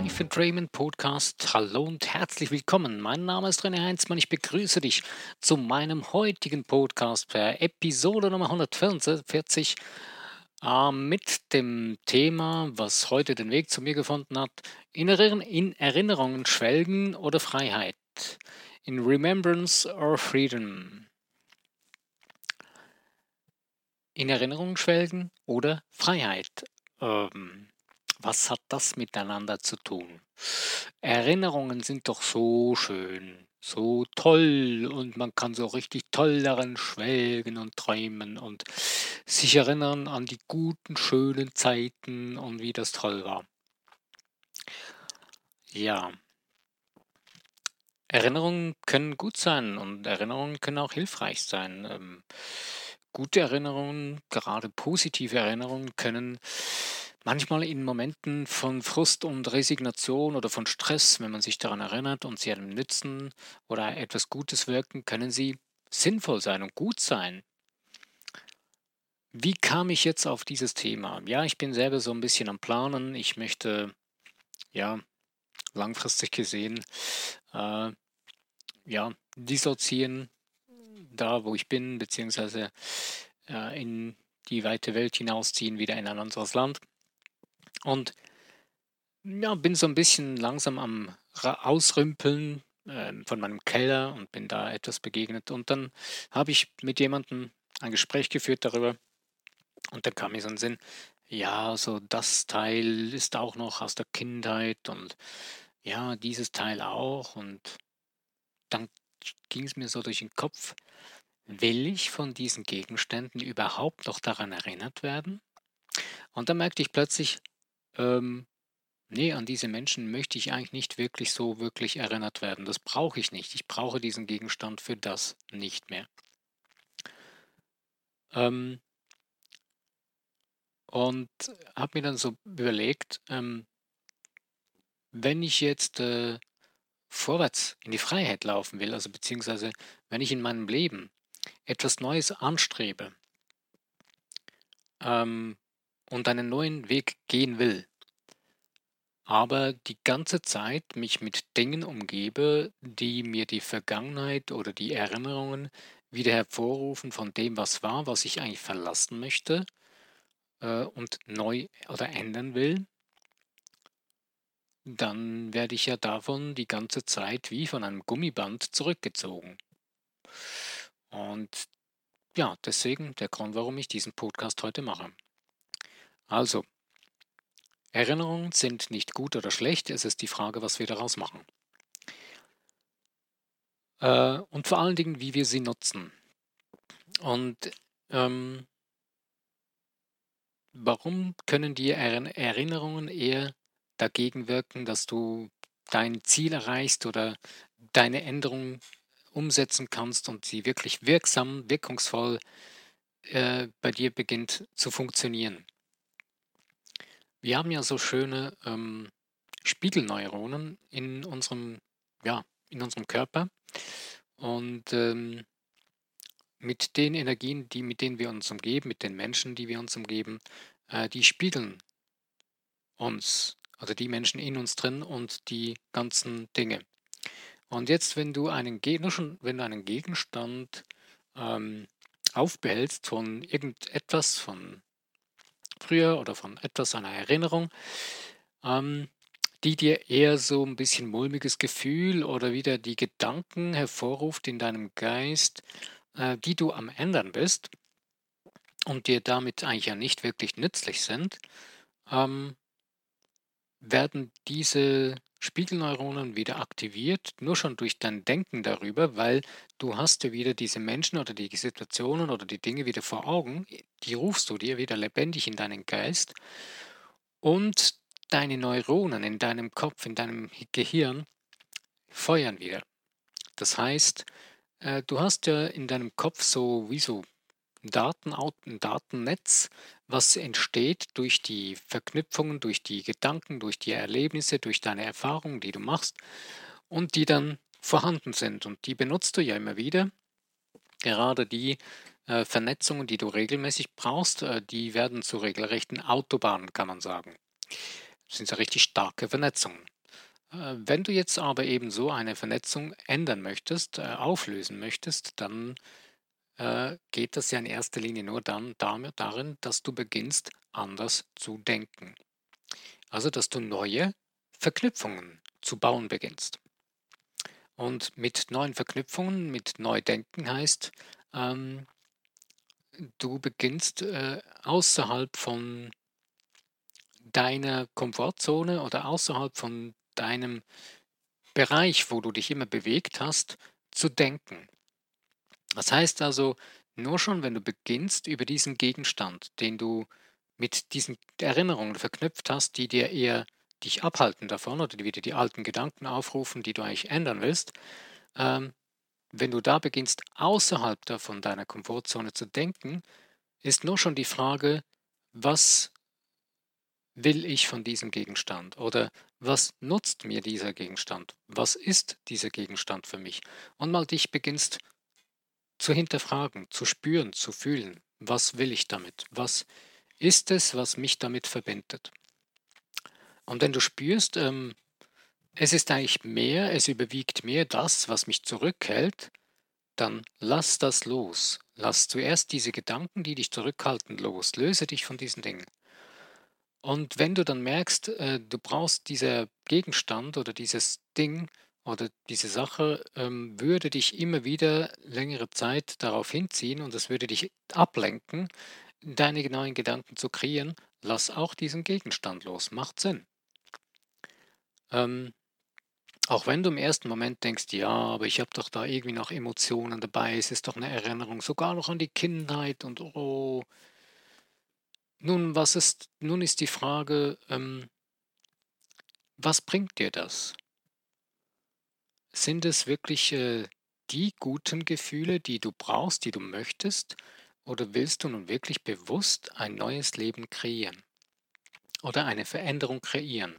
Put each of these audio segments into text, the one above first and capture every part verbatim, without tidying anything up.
Life and Raymond Podcast. Hallo und herzlich willkommen. Mein Name ist René Heinzmann. Ich begrüße dich zu meinem heutigen Podcast per Episode Nummer hundertvierundvierzig äh, mit dem Thema, was heute den Weg zu mir gefunden hat: in, Erinner in Erinnerungen schwelgen oder Freiheit. In Remembrance or Freedom. In Erinnerungen schwelgen oder Freiheit. Ähm, was hat das miteinander zu tun? Erinnerungen sind doch so schön, so toll und man kann so richtig toll daran schwelgen und träumen und sich erinnern an die guten, schönen Zeiten und wie das toll war. Ja, Erinnerungen können gut sein und Erinnerungen können auch hilfreich sein. Ähm, gute Erinnerungen, gerade positive Erinnerungen, können manchmal in Momenten von Frust und Resignation oder von Stress, wenn man sich daran erinnert und sie einem nützen oder etwas Gutes wirken, können sie sinnvoll sein und gut sein. Wie kam ich jetzt auf dieses Thema? Ja, ich bin selber so ein bisschen am Planen. Ich möchte, ja, langfristig gesehen, äh, ja, dissoziieren, da wo ich bin, beziehungsweise äh, in die weite Welt hinausziehen, wieder in ein anderes Land. Und ja, bin so ein bisschen langsam am Ra Ausrümpeln ähm, von meinem Keller und bin da etwas begegnet. Und dann habe ich mit jemandem ein Gespräch geführt darüber und dann kam mir so ein Sinn, ja, so das Teil ist auch noch aus der Kindheit und ja, dieses Teil auch. Und dann ging es mir so durch den Kopf: Will ich von diesen Gegenständen überhaupt noch daran erinnert werden? Und dann merkte ich plötzlich, ähm, ne, an diese Menschen möchte ich eigentlich nicht wirklich so wirklich erinnert werden. Das brauche ich nicht. Ich brauche diesen Gegenstand für das nicht mehr. Ähm, und habe mir dann so überlegt, ähm, wenn ich jetzt äh, vorwärts in die Freiheit laufen will, also beziehungsweise wenn ich in meinem Leben etwas Neues anstrebe ähm, und einen neuen Weg gehen will, aber die ganze Zeit mich mit Dingen umgebe, die mir die Vergangenheit oder die Erinnerungen wieder hervorrufen von dem, was war, was ich eigentlich verlassen möchte äh, und neu oder ändern will, dann werde ich ja davon die ganze Zeit wie von einem Gummiband zurückgezogen. Und ja, deswegen der Grund, warum ich diesen Podcast heute mache. Also, Erinnerungen sind nicht gut oder schlecht, es ist die Frage, was wir daraus machen. Äh, und vor allen Dingen, wie wir sie nutzen. Und ähm, warum können die Erin Erinnerungen eher dagegen wirken, dass du dein Ziel erreichst oder deine Änderung umsetzen kannst und sie wirklich wirksam, wirkungsvoll äh, bei dir beginnt zu funktionieren? Wir haben ja so schöne ähm, Spiegelneuronen in unserem, ja, in unserem Körper und ähm, mit den Energien, die, mit denen wir uns umgeben, mit den Menschen, die wir uns umgeben, äh, die spiegeln uns, also die Menschen in uns drin und die ganzen Dinge. Und jetzt, wenn du einen, Ge- nur schon, wenn du einen Gegenstand ähm, aufbehältst von irgendetwas von früher oder von etwas, einer Erinnerung, ähm, die dir eher so ein bisschen mulmiges Gefühl oder wieder die Gedanken hervorruft in deinem Geist, äh, die du am Ändern bist und dir damit eigentlich ja nicht wirklich nützlich sind, ähm, werden diese Spiegelneuronen wieder aktiviert, nur schon durch dein Denken darüber, weil du hast dir wieder diese Menschen oder die Situationen oder die Dinge wieder vor Augen, die rufst du dir wieder lebendig in deinen Geist und deine Neuronen in deinem Kopf, in deinem Gehirn feuern wieder. Das heißt, äh, du hast ja in deinem Kopf so wie so Datenaut ein Datennetz, was entsteht durch die Verknüpfungen, durch die Gedanken, durch die Erlebnisse, durch deine Erfahrungen, die du machst und die dann vorhanden sind. Und die benutzt du ja immer wieder. Gerade die äh, Vernetzungen, die du regelmäßig brauchst, äh, die werden zu regelrechten Autobahnen, kann man sagen. Das sind so richtig starke Vernetzungen. Äh, wenn du jetzt aber eben so eine Vernetzung ändern möchtest, äh, auflösen möchtest, dann äh, geht das ja in erster Linie nur dann damit darin, dass du beginnst, anders zu denken. Also, dass du neue Verknüpfungen zu bauen beginnst. Und mit neuen Verknüpfungen, mit Neudenken heißt, ähm, du beginnst äh, außerhalb von deiner Komfortzone oder außerhalb von deinem Bereich, wo du dich immer bewegt hast, zu denken. Das heißt also, nur schon, wenn du beginnst, über diesen Gegenstand, den du mit diesen Erinnerungen verknüpft hast, die dir eher dich abhalten davon oder die wieder die alten Gedanken aufrufen, die du eigentlich ändern willst, ähm, wenn du da beginnst, außerhalb davon deiner Komfortzone zu denken, ist nur schon die Frage, was will ich von diesem Gegenstand oder was nutzt mir dieser Gegenstand? Was ist dieser Gegenstand für mich? Und mal dich beginnst zu hinterfragen, zu spüren, zu fühlen, was will ich damit? Was ist es, was mich damit verbindet? Und wenn du spürst, ähm, es ist eigentlich mehr, es überwiegt mehr das, was mich zurückhält, dann lass das los. Lass zuerst diese Gedanken, die dich zurückhalten, los. Löse dich von diesen Dingen. Und wenn du dann merkst, äh, du brauchst dieser Gegenstand oder dieses Ding oder diese Sache, ähm, würde dich immer wieder längere Zeit darauf hinziehen und es würde dich ablenken, deine neuen Gedanken zu kreieren, lass auch diesen Gegenstand los. Macht Sinn. Ähm, Auch wenn du im ersten Moment denkst, ja, aber ich habe doch da irgendwie noch Emotionen dabei, es ist doch eine Erinnerung, sogar noch an die Kindheit und oh. Nun, was ist, nun ist die Frage, ähm, was bringt dir das? Sind es wirklich äh, die guten Gefühle, die du brauchst, die du möchtest? Oder willst du nun wirklich bewusst ein neues Leben kreieren oder eine Veränderung kreieren?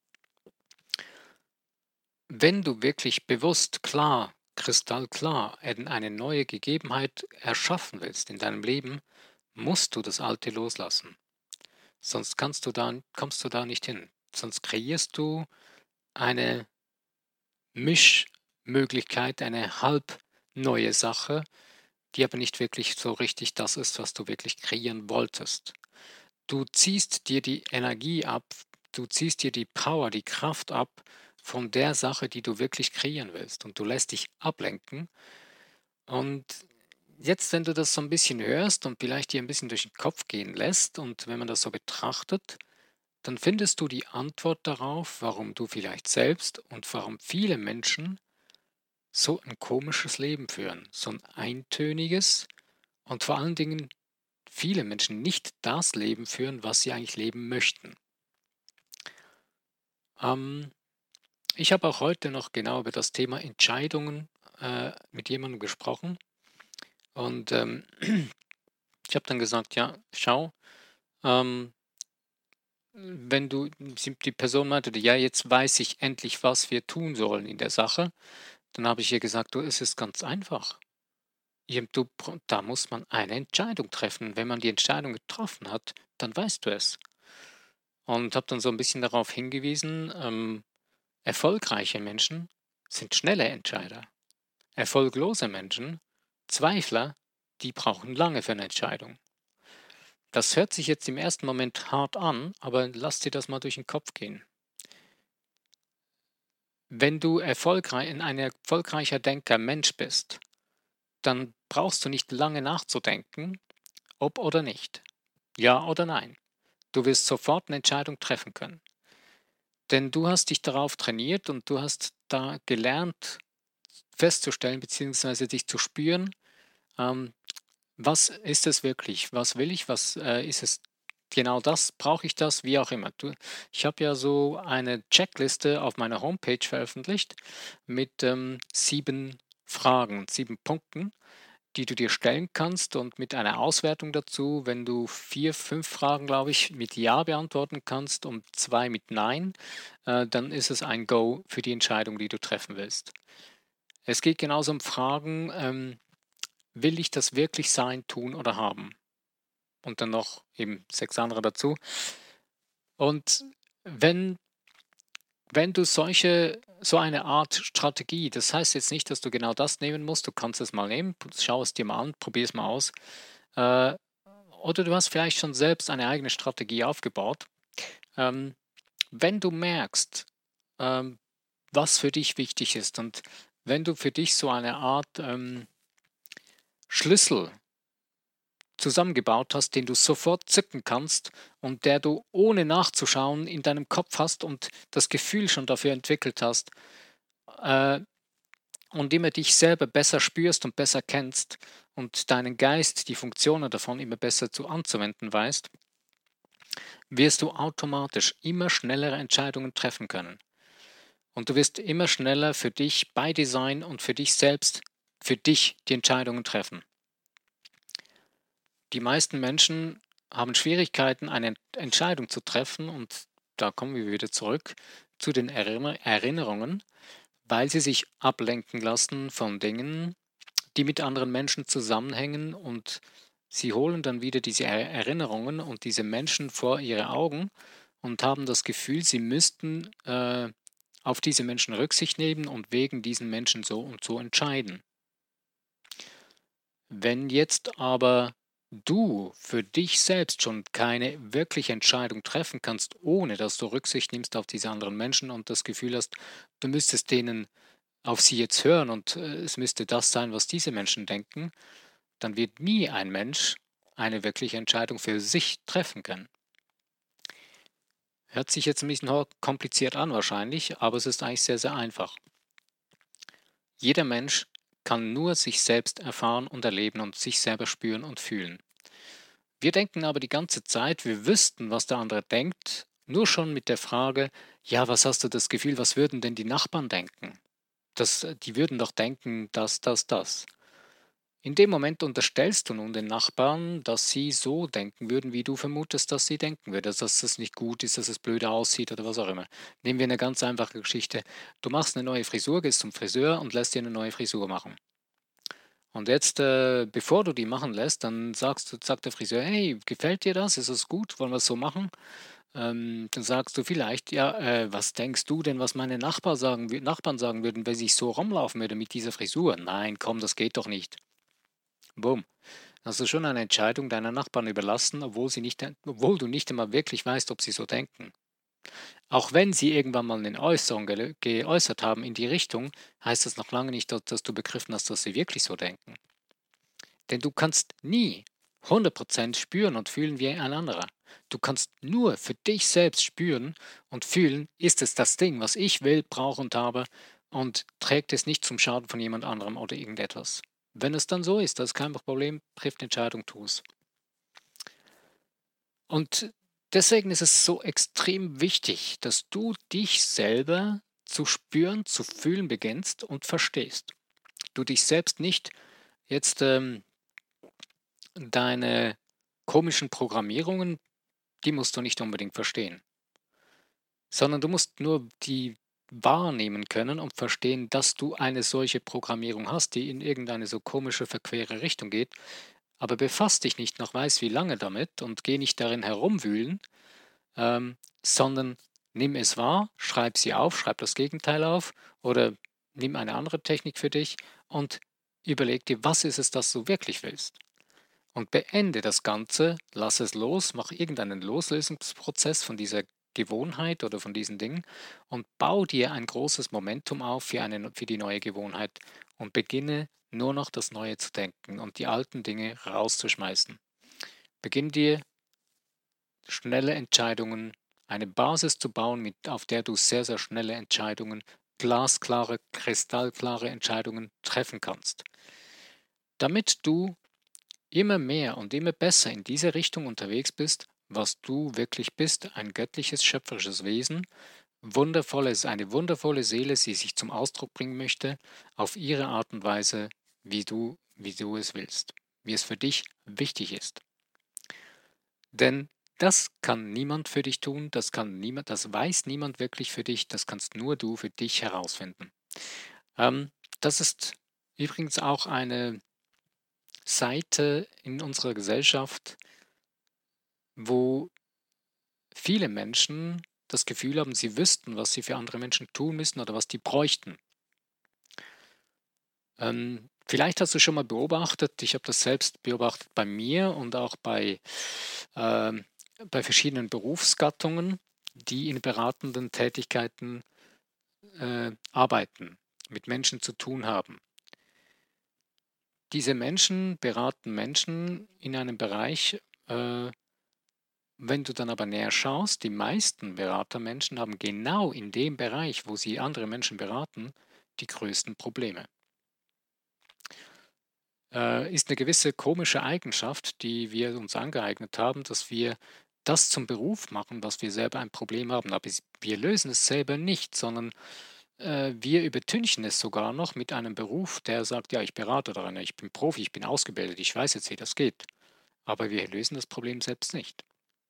Wenn du wirklich bewusst, klar, kristallklar in eine neue Gegebenheit erschaffen willst in deinem Leben, musst du das Alte loslassen. Sonst kannst du da, kommst du da nicht hin. Sonst kreierst du eine Mischmöglichkeit, eine halb neue Sache, die aber nicht wirklich so richtig das ist, was du wirklich kreieren wolltest. Du ziehst dir die Energie ab, du ziehst dir die Power, die Kraft ab von der Sache, die du wirklich kreieren willst und du lässt dich ablenken. Und jetzt, wenn du das so ein bisschen hörst und vielleicht dir ein bisschen durch den Kopf gehen lässt und wenn man das so betrachtet, dann findest du die Antwort darauf, warum du vielleicht selbst und warum viele Menschen so ein komisches Leben führen, so ein eintöniges und vor allen Dingen viele Menschen nicht das Leben führen, was sie eigentlich leben möchten. Ähm, Ich habe auch heute noch genau über das Thema Entscheidungen äh, mit jemandem gesprochen und ähm, ich habe dann gesagt, ja, schau, ähm, wenn du, sie- die Person meinte, ja, jetzt weiß ich endlich, was wir tun sollen in der Sache, dann habe ich ihr gesagt, du, es ist ganz einfach. Ihr- Du, br- da muss man eine Entscheidung treffen. Wenn man die Entscheidung getroffen hat, dann weißt du es. Und habe dann so ein bisschen darauf hingewiesen, ähm, erfolgreiche Menschen sind schnelle Entscheider. Erfolglose Menschen, Zweifler, die brauchen lange für eine Entscheidung. Das hört sich jetzt im ersten Moment hart an, aber lass dir das mal durch den Kopf gehen. Wenn du erfolgreich, ein erfolgreicher Denker Mensch bist, dann brauchst du nicht lange nachzudenken, ob oder nicht. Ja oder nein. Du wirst sofort eine Entscheidung treffen können. Denn du hast dich darauf trainiert und du hast da gelernt festzustellen bzw. dich zu spüren, ähm, was ist es wirklich? Was will ich? Was äh, ist es? Genau das, brauche ich das? Wie auch immer. Du, ich habe ja so eine Checkliste auf meiner Homepage veröffentlicht mit ähm, sieben Fragen, sieben Punkten, die du dir stellen kannst und mit einer Auswertung dazu, wenn du vier, fünf Fragen, glaube ich, mit Ja beantworten kannst und zwei mit Nein, äh, dann ist es ein Go für die Entscheidung, die du treffen willst. Es geht genauso um Fragen, ähm, will ich das wirklich sein, tun oder haben? Und dann noch eben sechs andere dazu. Und wenn wenn du solche so eine Art Strategie, das heißt jetzt nicht, dass du genau das nehmen musst, du kannst es mal nehmen, p schau es dir mal an, probier es mal aus. Äh, oder du hast vielleicht schon selbst eine eigene Strategie aufgebaut. Ähm, wenn du merkst, ähm, was für dich wichtig ist und wenn du für dich so eine Art, ähm, Schlüssel zusammengebaut hast, den du sofort zücken kannst und der du ohne nachzuschauen in deinem Kopf hast und das Gefühl schon dafür entwickelt hast, äh, und immer dich selber besser spürst und besser kennst und deinen Geist, die Funktionen davon immer besser zu anzuwenden weißt, wirst du automatisch immer schnellere Entscheidungen treffen können. Und du wirst immer schneller für dich bei Design und für dich selbst, für dich die Entscheidungen treffen. Die meisten Menschen haben Schwierigkeiten, eine Ent Entscheidung zu treffen und da kommen wir wieder zurück zu den Erinner Erinnerungen, weil sie sich ablenken lassen von Dingen, die mit anderen Menschen zusammenhängen und sie holen dann wieder diese Er Erinnerungen und diese Menschen vor ihre Augen und haben das Gefühl, sie müssten, äh, auf diese Menschen Rücksicht nehmen und wegen diesen Menschen so und so entscheiden. Wenn jetzt aber du für dich selbst schon keine wirkliche Entscheidung treffen kannst, ohne dass du Rücksicht nimmst auf diese anderen Menschen und das Gefühl hast, du müsstest denen auf sie jetzt hören und äh, es müsste das sein, was diese Menschen denken, dann wird nie ein Mensch eine wirkliche Entscheidung für sich treffen können. Hört sich jetzt ein bisschen ho- kompliziert an wahrscheinlich, aber es ist eigentlich sehr, sehr einfach. Jeder Mensch kann nur sich selbst erfahren und erleben und sich selber spüren und fühlen. Wir denken aber die ganze Zeit, wir wüssten, was der andere denkt, nur schon mit der Frage, ja, was hast du das Gefühl, was würden denn die Nachbarn denken? Das, äh, die würden doch denken, das, das, das. In dem Moment unterstellst du nun den Nachbarn, dass sie so denken würden, wie du vermutest, dass sie denken würden, also dass es nicht gut ist, dass es blöd aussieht oder was auch immer. Nehmen wir eine ganz einfache Geschichte. Du machst eine neue Frisur, gehst zum Friseur und lässt dir eine neue Frisur machen. Und jetzt, äh, bevor du die machen lässt, dann sagst du, sagt der Friseur, hey, gefällt dir das? Ist das gut? Wollen wir es so machen? Ähm, dann sagst du vielleicht, ja, äh, was denkst du denn, was meine Nachbar sagen, wü- Nachbarn sagen würden, wenn ich so rumlaufen würde mit dieser Frisur? Nein, komm, das geht doch nicht. Bumm. Hast du schon eine Entscheidung deiner Nachbarn überlassen, obwohl, sie nicht, obwohl du nicht einmal wirklich weißt, ob sie so denken. Auch wenn sie irgendwann mal eine Äußerung gele- geäußert haben in die Richtung, heißt das noch lange nicht, dass, dass du begriffen hast, dass sie wirklich so denken. Denn du kannst nie hundert Prozent spüren und fühlen wie ein anderer. Du kannst nur für dich selbst spüren und fühlen, ist es das Ding, was ich will, brauche und habe und trägt es nicht zum Schaden von jemand anderem oder irgendetwas. Wenn es dann so ist, das ist kein Problem, trifft eine Entscheidung, tu es. Und deswegen ist es so extrem wichtig, dass du dich selber zu spüren, zu fühlen beginnst und verstehst. Du dich selbst nicht jetzt ähm, deine komischen Programmierungen, die musst du nicht unbedingt verstehen, sondern du musst nur die wahrnehmen können und verstehen, dass du eine solche Programmierung hast, die in irgendeine so komische, verquere Richtung geht. Aber befass dich nicht noch weiß wie lange damit und geh nicht darin herumwühlen, ähm, sondern nimm es wahr, schreib sie auf, schreib das Gegenteil auf oder nimm eine andere Technik für dich und überleg dir, was ist es, das du wirklich willst. Und beende das Ganze, lass es los, mach irgendeinen Loslösungsprozess von dieser Gewohnheit oder von diesen Dingen und bau dir ein großes Momentum auf für, eine, für die neue Gewohnheit und beginne nur noch das Neue zu denken und die alten Dinge rauszuschmeißen. Beginn dir schnelle Entscheidungen, eine Basis zu bauen, mit, auf der du sehr, sehr schnelle Entscheidungen, glasklare, kristallklare Entscheidungen treffen kannst. Damit du immer mehr und immer besser in diese Richtung unterwegs bist, was du wirklich bist, ein göttliches, schöpferisches Wesen, wundervolles, eine wundervolle Seele, die sich zum Ausdruck bringen möchte, auf ihre Art und Weise, wie du, wie du es willst, wie es für dich wichtig ist. Denn das kann niemand für dich tun, das kann niemand, das weiß niemand wirklich für dich, das kannst nur du für dich herausfinden. Ähm, das ist übrigens auch eine Seite in unserer Gesellschaft, wo viele Menschen das Gefühl haben, sie wüssten, was sie für andere Menschen tun müssen oder was die bräuchten. Ähm, vielleicht hast du schon mal beobachtet, ich habe das selbst beobachtet bei mir und auch bei, ähm, bei verschiedenen Berufsgattungen, die in beratenden Tätigkeiten äh, arbeiten, mit Menschen zu tun haben. Diese Menschen beraten Menschen in einem Bereich, äh, wenn du dann aber näher schaust, die meisten Beratermenschen haben genau in dem Bereich, wo sie andere Menschen beraten, die größten Probleme. Äh, ist eine gewisse komische Eigenschaft, die wir uns angeeignet haben, dass wir das zum Beruf machen, was wir selber ein Problem haben. Aber s- wir lösen es selber nicht, sondern äh, wir übertünchen es sogar noch mit einem Beruf, der sagt, ja, ich berate daran, ich bin Profi, ich bin ausgebildet, ich weiß jetzt, wie das geht. Aber wir lösen das Problem selbst nicht.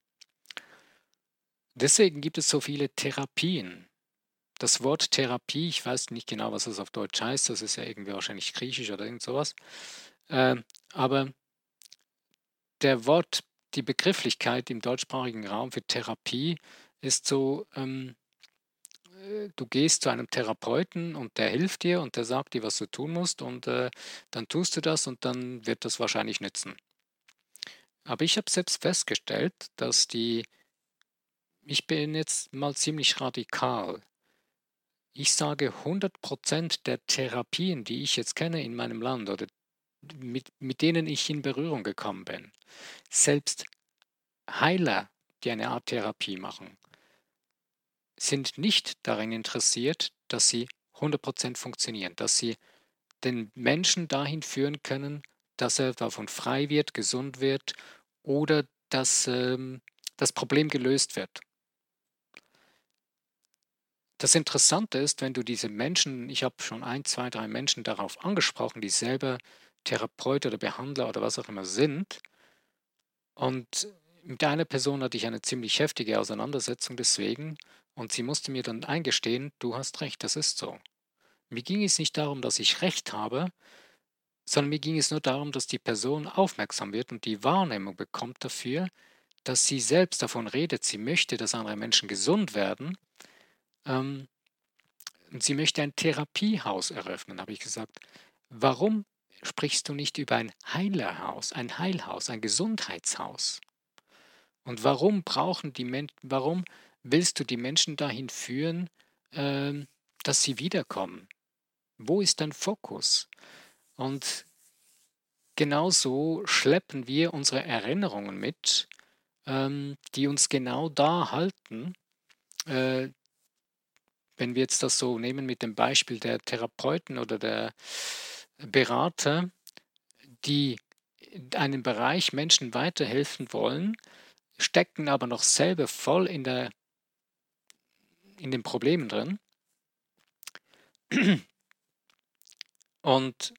Deswegen gibt es so viele Therapien. Das Wort Therapie, ich weiß nicht genau, was das auf Deutsch heißt, das ist ja irgendwie wahrscheinlich griechisch oder irgend sowas. Ähm, aber der Wort, die Begrifflichkeit im deutschsprachigen Raum für Therapie ist so, ähm, äh, du gehst zu einem Therapeuten und der hilft dir und der sagt dir, was du tun musst und äh, dann tust du das und dann wird das wahrscheinlich nützen. Aber ich habe selbst festgestellt, dass die, ich bin jetzt mal ziemlich radikal. Ich sage, hundert Prozent der Therapien, die ich jetzt kenne in meinem Land oder mit, mit denen ich in Berührung gekommen bin, selbst Heiler, die eine Art Therapie machen, sind nicht darin interessiert, dass sie hundert Prozent funktionieren, dass sie den Menschen dahin führen können, dass er davon frei wird, gesund wird oder dass ähm, das Problem gelöst wird. Das Interessante ist, wenn du diese Menschen, ich habe schon ein, zwei, drei Menschen darauf angesprochen, die selber Therapeut oder Behandler oder was auch immer sind. Und mit einer Person hatte ich eine ziemlich heftige Auseinandersetzung deswegen. Und sie musste mir dann eingestehen, du hast recht, das ist so. Mir ging es nicht darum, dass ich recht habe, sondern mir ging es nur darum, dass die Person aufmerksam wird und die Wahrnehmung bekommt dafür, dass sie selbst davon redet, sie möchte, dass andere Menschen gesund werden. Ähm, und sie möchte ein Therapiehaus eröffnen, habe ich gesagt. Warum sprichst du nicht über ein Heilerhaus, ein Heilhaus, ein Gesundheitshaus? Und warum brauchen die Menschen, warum willst du die Menschen dahin führen, ähm, dass sie wiederkommen? Wo ist dein Fokus? Und genauso schleppen wir unsere Erinnerungen mit, ähm, die uns genau da halten. Äh, wenn wir jetzt das so nehmen mit dem Beispiel der Therapeuten oder der Berater, die in einem Bereich Menschen weiterhelfen wollen, stecken aber noch selber voll in, der, in den Problemen drin und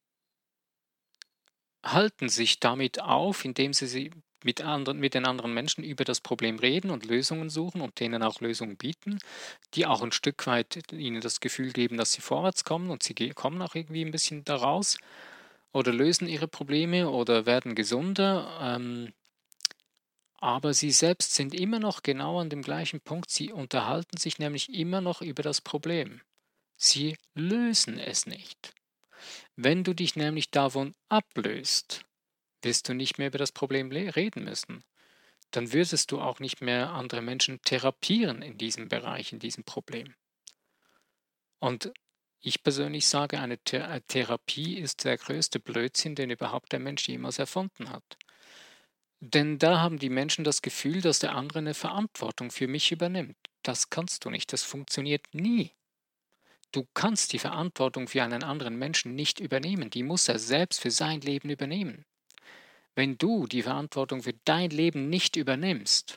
halten sich damit auf, indem sie sie mit, anderen, mit den anderen Menschen über das Problem reden und Lösungen suchen und denen auch Lösungen bieten, die auch ein Stück weit ihnen das Gefühl geben, dass sie vorwärts kommen und sie kommen auch irgendwie ein bisschen daraus oder lösen ihre Probleme oder werden gesunder. Ähm, aber sie selbst sind immer noch genau an dem gleichen Punkt. Sie unterhalten sich nämlich immer noch über das Problem. Sie lösen es nicht. Wenn du dich nämlich davon ablöst, wirst du nicht mehr über das Problem reden müssen. Dann würdest du auch nicht mehr andere Menschen therapieren in diesem Bereich, in diesem Problem. Und ich persönlich sage, eine Th Therapie ist der größte Blödsinn, den überhaupt der Mensch jemals erfunden hat. Denn da haben die Menschen das Gefühl, dass der andere eine Verantwortung für mich übernimmt. Das kannst du nicht, das funktioniert nie. Du kannst die Verantwortung für einen anderen Menschen nicht übernehmen, die muss er selbst für sein Leben übernehmen. Wenn du die Verantwortung für dein Leben nicht übernimmst,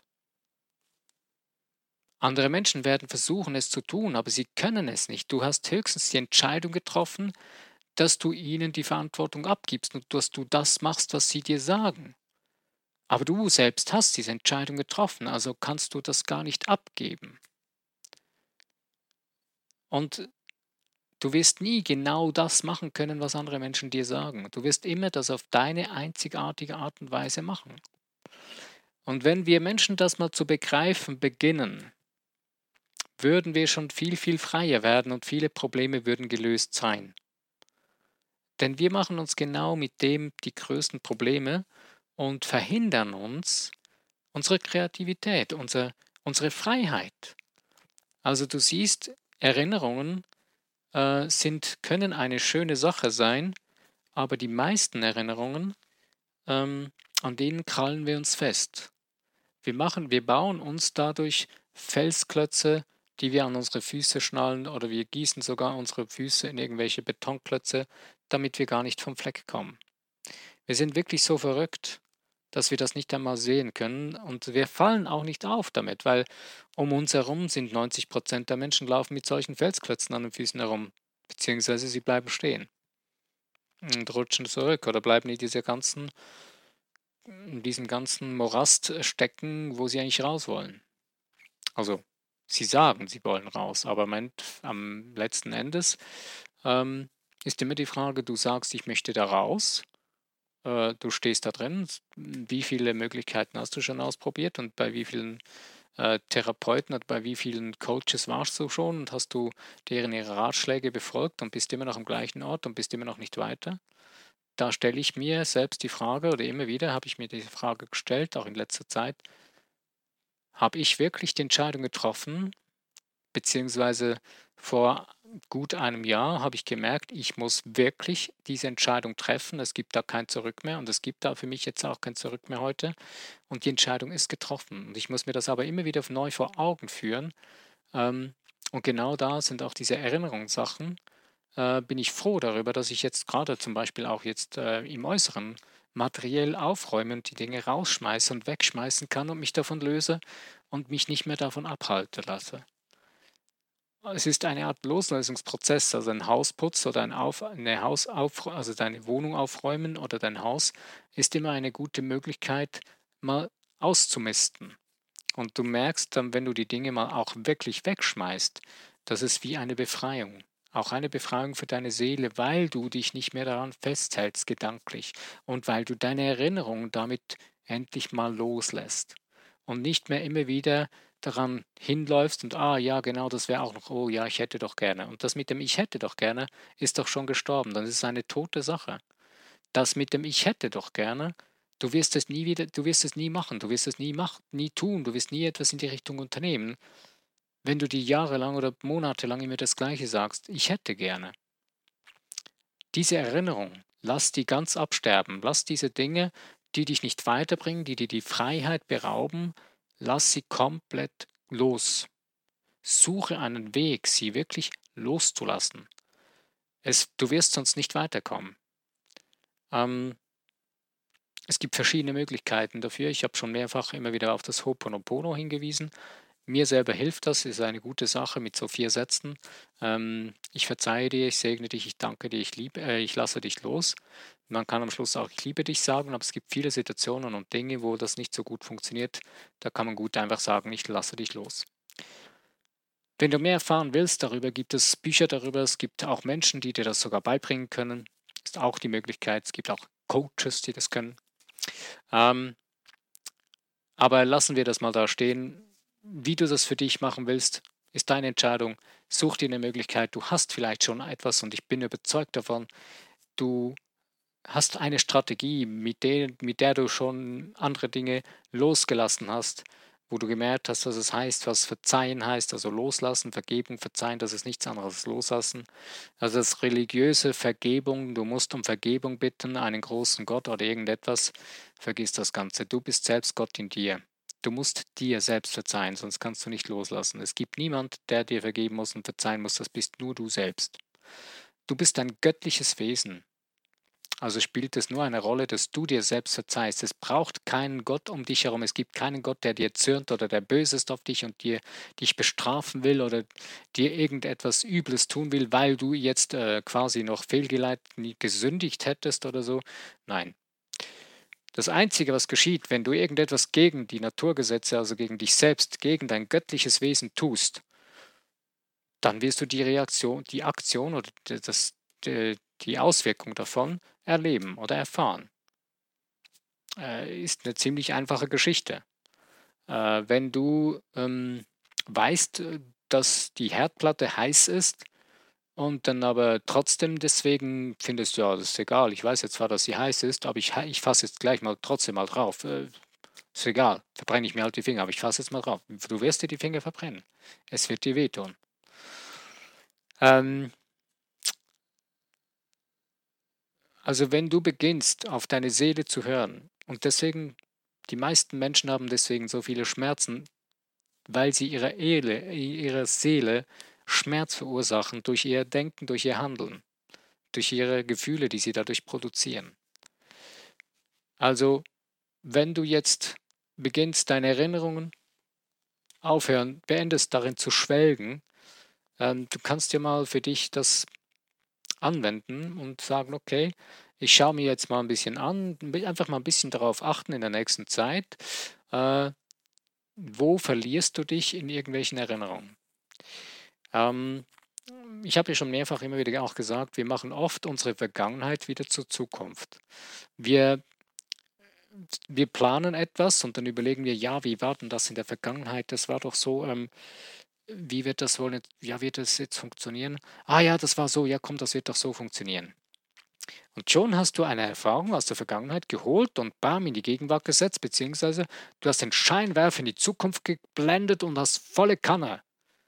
andere Menschen werden versuchen, es zu tun, aber sie können es nicht. Du hast höchstens die Entscheidung getroffen, dass du ihnen die Verantwortung abgibst und dass du das machst, was sie dir sagen. Aber du selbst hast diese Entscheidung getroffen, also kannst du das gar nicht abgeben. Und du wirst nie genau das machen können, was andere Menschen dir sagen. Du wirst immer das auf deine einzigartige Art und Weise machen. Und wenn wir Menschen das mal zu begreifen beginnen, würden wir schon viel, viel freier werden und viele Probleme würden gelöst sein. Denn wir machen uns genau mit dem die größten Probleme und verhindern uns unsere Kreativität, unser, unsere Freiheit. Also du siehst, Erinnerungen äh, sind, können eine schöne Sache sein, aber die meisten Erinnerungen, ähm, an denen krallen wir uns fest. Wir machen, wir bauen uns dadurch Felsklötze, die wir an unsere Füße schnallen, oder wir gießen sogar unsere Füße in irgendwelche Betonklötze, damit wir gar nicht vom Fleck kommen. Wir sind wirklich so verrückt, dass wir das nicht einmal sehen können, und wir fallen auch nicht auf damit, weil um uns herum sind neunzig Prozent der Menschen laufen mit solchen Felsklötzen an den Füßen herum, beziehungsweise sie bleiben stehen und rutschen zurück oder bleiben in dieser ganzen, in diesem ganzen Morast stecken, wo sie eigentlich raus wollen. Also sie sagen, sie wollen raus, aber am, End, am letzten Endes ähm, ist immer die Frage, du sagst, ich möchte da raus, äh, du stehst da drin, s- wie viele Möglichkeiten hast du schon ausprobiert und bei wie vielen äh, Therapeuten oder bei wie vielen Coaches warst du schon und hast du deren ihre Ratschläge befolgt und bist immer noch am gleichen Ort und bist immer noch nicht weiter? Da stelle ich mir selbst die Frage, oder immer wieder habe ich mir diese Frage gestellt, auch in letzter Zeit, habe ich wirklich die Entscheidung getroffen, beziehungsweise vor gut einem Jahr habe ich gemerkt, ich muss wirklich diese Entscheidung treffen. Es gibt da kein Zurück mehr und es gibt da für mich jetzt auch kein Zurück mehr heute. Und die Entscheidung ist getroffen. Und ich muss mir das aber immer wieder neu vor Augen führen. Ähm, und genau da sind auch diese Erinnerungssachen. Äh, bin ich froh darüber, dass ich jetzt gerade zum Beispiel auch jetzt äh, im Äußeren materiell aufräume und die Dinge rausschmeiße und wegschmeißen kann und mich davon löse und mich nicht mehr davon abhalten lasse. Es ist eine Art Loslösungsprozess, also ein Hausputz oder ein Auf, eine Hausauf, also deine Wohnung aufräumen oder dein Haus ist immer eine gute Möglichkeit, mal auszumisten. Und du merkst dann, wenn du die Dinge mal auch wirklich wegschmeißt, das ist wie eine Befreiung. Auch eine Befreiung für deine Seele, weil du dich nicht mehr daran festhältst gedanklich und weil du deine Erinnerungen damit endlich mal loslässt und nicht mehr immer wieder daran hinläufst und ah ja, genau, das wäre auch noch, oh ja, ich hätte doch gerne. Und das mit dem Ich hätte doch gerne ist doch schon gestorben, dann ist es eine tote Sache. Das mit dem Ich hätte doch gerne, du wirst es nie wieder, du wirst es nie machen, du wirst es nie machen, nie tun, du wirst nie etwas in die Richtung unternehmen, wenn du dir jahrelang oder monatelang immer das Gleiche sagst, ich hätte gerne. Diese Erinnerung, lass die ganz absterben, lass diese Dinge, die dich nicht weiterbringen, die dir die Freiheit berauben, lass sie komplett los. Suche einen Weg, sie wirklich loszulassen. Es, du wirst sonst nicht weiterkommen. Ähm, Es gibt verschiedene Möglichkeiten dafür. Ich habe schon mehrfach immer wieder auf das Ho'oponopono hingewiesen. Mir selber hilft das, ist eine gute Sache mit so vier Sätzen. Ähm, ich verzeihe dir, ich segne dich, ich danke dir, ich liebe, äh, ich lasse dich los. Man kann am Schluss auch ich liebe dich sagen, aber es gibt viele Situationen und Dinge, wo das nicht so gut funktioniert. Da kann man gut einfach sagen, ich lasse dich los. Wenn du mehr erfahren willst darüber, gibt es Bücher darüber, es gibt auch Menschen, die dir das sogar beibringen können. Ist auch die Möglichkeit. Es gibt auch Coaches, die das können. Ähm, aber lassen wir das mal da stehen. Wie du das für dich machen willst, ist deine Entscheidung. Such dir eine Möglichkeit. Du hast vielleicht schon etwas und ich bin überzeugt davon, du hast eine Strategie, mit der, mit der du schon andere Dinge losgelassen hast, wo du gemerkt hast, was es heißt, was Verzeihen heißt, also loslassen, Vergebung, Verzeihen, das ist nichts anderes als loslassen. Also das religiöse Vergebung, du musst um Vergebung bitten, einen großen Gott oder irgendetwas, vergiss das Ganze. Du bist selbst Gott in dir. Du musst dir selbst verzeihen, sonst kannst du nicht loslassen. Es gibt niemand, der dir vergeben muss und verzeihen muss, das bist nur du selbst. Du bist ein göttliches Wesen. Also spielt es nur eine Rolle, dass du dir selbst verzeihst. Es braucht keinen Gott um dich herum. Es gibt keinen Gott, der dir zürnt oder der böse ist auf dich und dir dich bestrafen will oder dir irgendetwas Übles tun will, weil du jetzt äh, quasi noch fehlgeleitet nie gesündigt hättest oder so. Nein. Das Einzige, was geschieht, wenn du irgendetwas gegen die Naturgesetze, also gegen dich selbst, gegen dein göttliches Wesen tust, dann wirst du die Reaktion, die Aktion oder das, die, die Auswirkung davon erleben oder erfahren. Äh, ist eine ziemlich einfache Geschichte. Äh, wenn du ähm, weißt, äh, dass die Herdplatte heiß ist und dann aber trotzdem deswegen findest, ja, das ist egal. Ich weiß jetzt zwar, dass sie heiß ist, aber ich, ich fasse jetzt gleich mal trotzdem mal drauf. Äh, ist egal, verbrenne ich mir halt die Finger, aber ich fasse jetzt mal drauf. Du wirst dir die Finger verbrennen. Es wird dir wehtun. Ähm, also wenn du beginnst, auf deine Seele zu hören, und deswegen, die meisten Menschen haben deswegen so viele Schmerzen, weil sie ihrer Ehle, ihrer Seele Schmerz verursachen durch ihr Denken, durch ihr Handeln, durch ihre Gefühle, die sie dadurch produzieren. Also, wenn du jetzt beginnst, deine Erinnerungen aufhören, beendest darin zu schwelgen, ähm, du kannst dir mal für dich das anwenden und sagen, okay, ich schaue mir jetzt mal ein bisschen an, einfach mal ein bisschen darauf achten in der nächsten Zeit, äh, wo verlierst du dich in irgendwelchen Erinnerungen? Ähm, ich habe ja schon mehrfach immer wieder auch gesagt, wir machen oft unsere Vergangenheit wieder zur Zukunft. Wir wir planen etwas und dann überlegen wir, ja, wie war denn das in der Vergangenheit? Das war doch so, ähm, wie wird das wohl jetzt, ja, wird das jetzt funktionieren? Ah ja, das war so, ja, komm, das wird doch so funktionieren. Und schon hast du eine Erfahrung aus der Vergangenheit geholt und bam in die Gegenwart gesetzt, beziehungsweise du hast den Scheinwerfer in die Zukunft geblendet und hast volle Kanne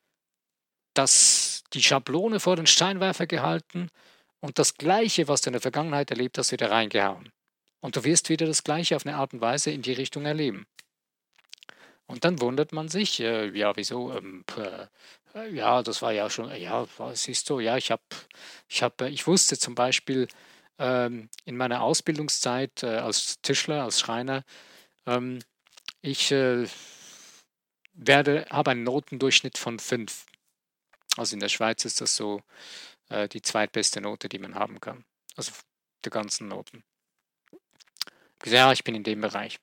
das, die Schablone vor den Scheinwerfer gehalten und das Gleiche, was du in der Vergangenheit erlebt hast, wieder reingehauen. Und du wirst wieder das Gleiche auf eine Art und Weise in die Richtung erleben. Und dann wundert man sich, äh, ja, wieso? Ähm, äh, ja, das war ja schon, ja, siehst du, ja, ich habe, ich habe, ich wusste zum Beispiel ähm, in meiner Ausbildungszeit äh, als Tischler, als Schreiner, ähm, ich äh, werde, habe einen Notendurchschnitt von fünf. Also in der Schweiz ist das so äh, die zweitbeste Note, die man haben kann. Also der ganzen Noten. Ja, ich bin in dem Bereich.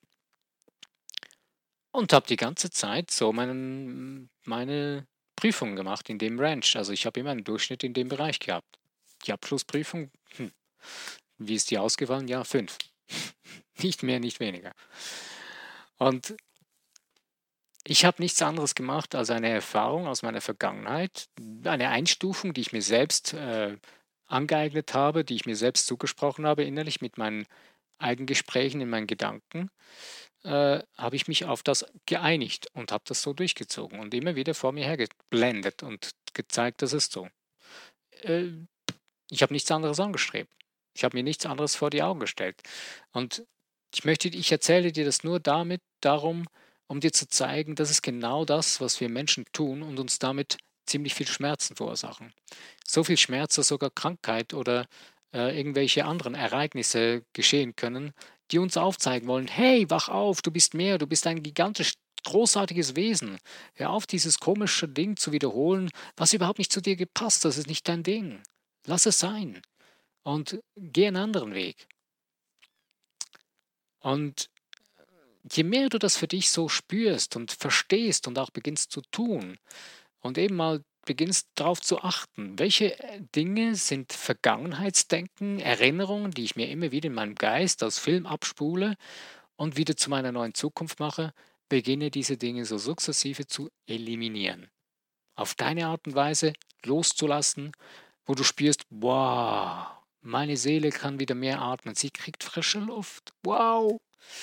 Und habe die ganze Zeit so meinen, meine Prüfungen gemacht in dem Range. Also ich habe immer einen Durchschnitt in dem Bereich gehabt. Die Abschlussprüfung, hm, wie ist die ausgefallen? Ja, fünf. Nicht mehr, nicht weniger. Und ich habe nichts anderes gemacht als eine Erfahrung aus meiner Vergangenheit, eine Einstufung, die ich mir selbst äh, angeeignet habe, die ich mir selbst zugesprochen habe innerlich mit meinen Eigengesprächen in meinen Gedanken, äh, habe ich mich auf das geeinigt und habe das so durchgezogen und immer wieder vor mir hergeblendet und gezeigt, dass es so. Äh, ich habe nichts anderes angestrebt. Ich habe mir nichts anderes vor die Augen gestellt. Und ich möchte, ich erzähle dir das nur damit, darum, um dir zu zeigen, das ist genau das, was wir Menschen tun und uns damit ziemlich viel Schmerzen verursachen. So viel Schmerz, dass sogar Krankheit oder äh, irgendwelche anderen Ereignisse geschehen können, die uns aufzeigen wollen, hey, wach auf, du bist mehr, du bist ein gigantisch großartiges Wesen. Hör auf, dieses komische Ding zu wiederholen, was überhaupt nicht zu dir gepasst, das ist nicht dein Ding. Lass es sein und geh einen anderen Weg. Und je mehr du das für dich so spürst und verstehst und auch beginnst zu tun und eben mal beginnst darauf zu achten, welche äh, Dinge sind Vergangenheitsdenken, Erinnerungen, die ich mir immer wieder in meinem Geist als Film abspule und wieder zu meiner neuen Zukunft mache, beginne diese Dinge so sukzessive zu eliminieren. Auf deine Art und Weise loszulassen, wo du spürst, wow, meine Seele kann wieder mehr atmen, sie kriegt frische Luft, wow.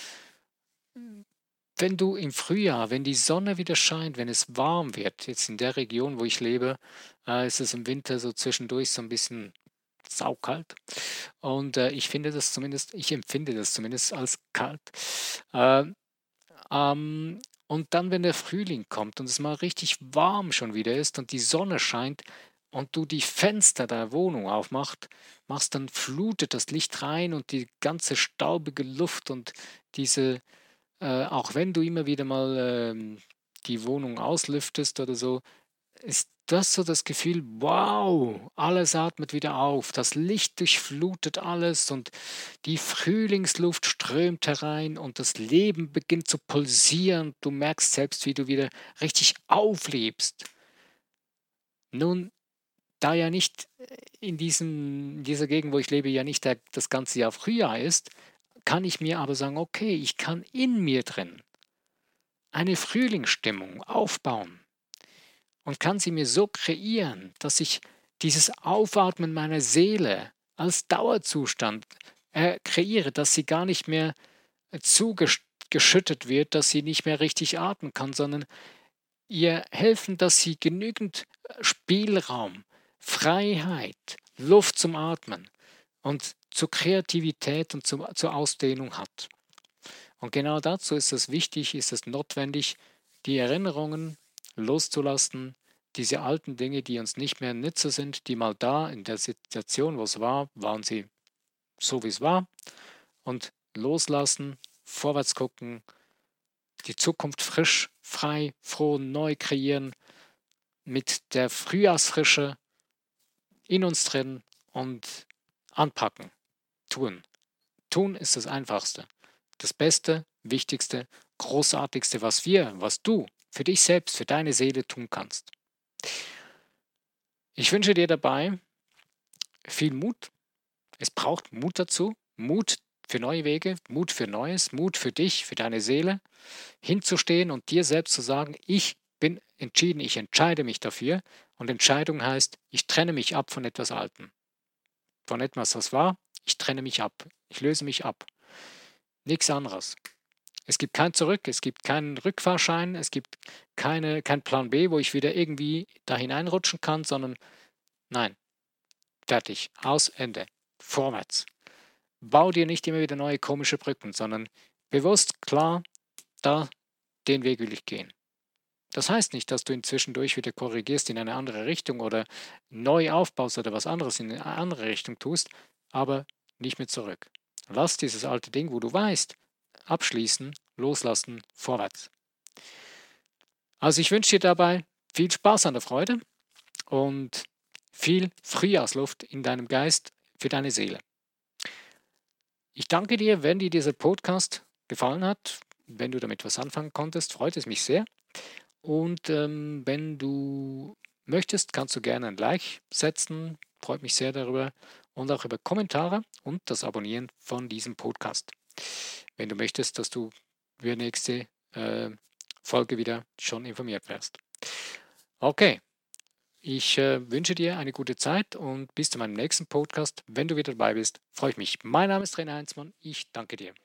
Wenn du im Frühjahr, wenn die Sonne wieder scheint, wenn es warm wird, jetzt in der Region, wo ich lebe, äh, ist es im Winter so zwischendurch so ein bisschen saukalt. Und äh, ich finde das zumindest, ich empfinde das zumindest als kalt. Äh, ähm, und dann, wenn der Frühling kommt und es mal richtig warm schon wieder ist und die Sonne scheint und du die Fenster der Wohnung aufmachst, machst, dann flutet das Licht rein und die ganze staubige Luft und diese äh, auch wenn du immer wieder mal ähm, die Wohnung auslüftest oder so, ist das so das Gefühl, wow, alles atmet wieder auf, das Licht durchflutet alles und die Frühlingsluft strömt herein und das Leben beginnt zu pulsieren. Du merkst selbst, wie du wieder richtig auflebst. Nun, da ja nicht äh, in, diesem, in dieser Gegend, wo ich lebe, ja nicht der, das ganze Jahr Frühjahr ist, kann ich mir aber sagen, okay, ich kann in mir drin eine Frühlingsstimmung aufbauen. und kann sie mir so kreieren, dass ich dieses Aufatmen meiner Seele als Dauerzustand äh, kreiere, dass sie gar nicht mehr äh, zugeschüttet wird, dass sie nicht mehr richtig atmen kann, sondern ihr helfen, dass sie genügend äh, Spielraum, Freiheit, Luft zum Atmen und zur Kreativität und zum, zur Ausdehnung hat. Und genau dazu ist es wichtig, ist es notwendig, die Erinnerungen loszulassen, diese alten Dinge, die uns nicht mehr nütze sind, die mal da in der Situation, wo es war, waren sie so, wie es war, und loslassen, vorwärts gucken, die Zukunft frisch, frei, froh, neu kreieren, mit der Frühjahrsfrische in uns drin und anpacken, tun. Tun ist das Einfachste. Das Beste, Wichtigste, Großartigste, was wir, was du für dich selbst, für deine Seele tun kannst. Ich wünsche dir dabei viel Mut. Es braucht Mut dazu. Mut für neue Wege, Mut für Neues, Mut für dich, für deine Seele, hinzustehen und dir selbst zu sagen, ich bin entschieden, ich entscheide mich dafür. Und Entscheidung heißt, ich trenne mich ab von etwas Altem. Von etwas, was war, ich trenne mich ab. Ich löse mich ab. Nichts anderes. Es gibt kein Zurück, es gibt keinen Rückfahrschein, es gibt keine, kein Plan B, wo ich wieder irgendwie da hineinrutschen kann, sondern nein, fertig, aus, Ende, vorwärts. Bau dir nicht immer wieder neue komische Brücken, sondern bewusst, klar, da, den Weg will ich gehen. Das heißt nicht, dass du ihn zwischendurch wieder korrigierst in eine andere Richtung oder neu aufbaust oder was anderes in eine andere Richtung tust, aber nicht mehr zurück. Lass dieses alte Ding, wo du weißt, abschließen, loslassen, vorwärts. Also ich wünsche dir dabei viel Spaß an der Freude und viel Frühjahrsluft in deinem Geist für deine Seele. Ich danke dir, wenn dir dieser Podcast gefallen hat, wenn du damit was anfangen konntest, freut es mich sehr. Und ähm, wenn du möchtest, kannst du gerne ein Like setzen, freut mich sehr darüber und auch über Kommentare und das Abonnieren von diesem Podcast. Wenn du möchtest, dass du über die nächste äh, Folge wieder schon informiert wirst. Okay, ich äh, wünsche dir eine gute Zeit und bis zu meinem nächsten Podcast. Wenn du wieder dabei bist, freue ich mich. Mein Name ist René Heinzmann. Ich danke dir.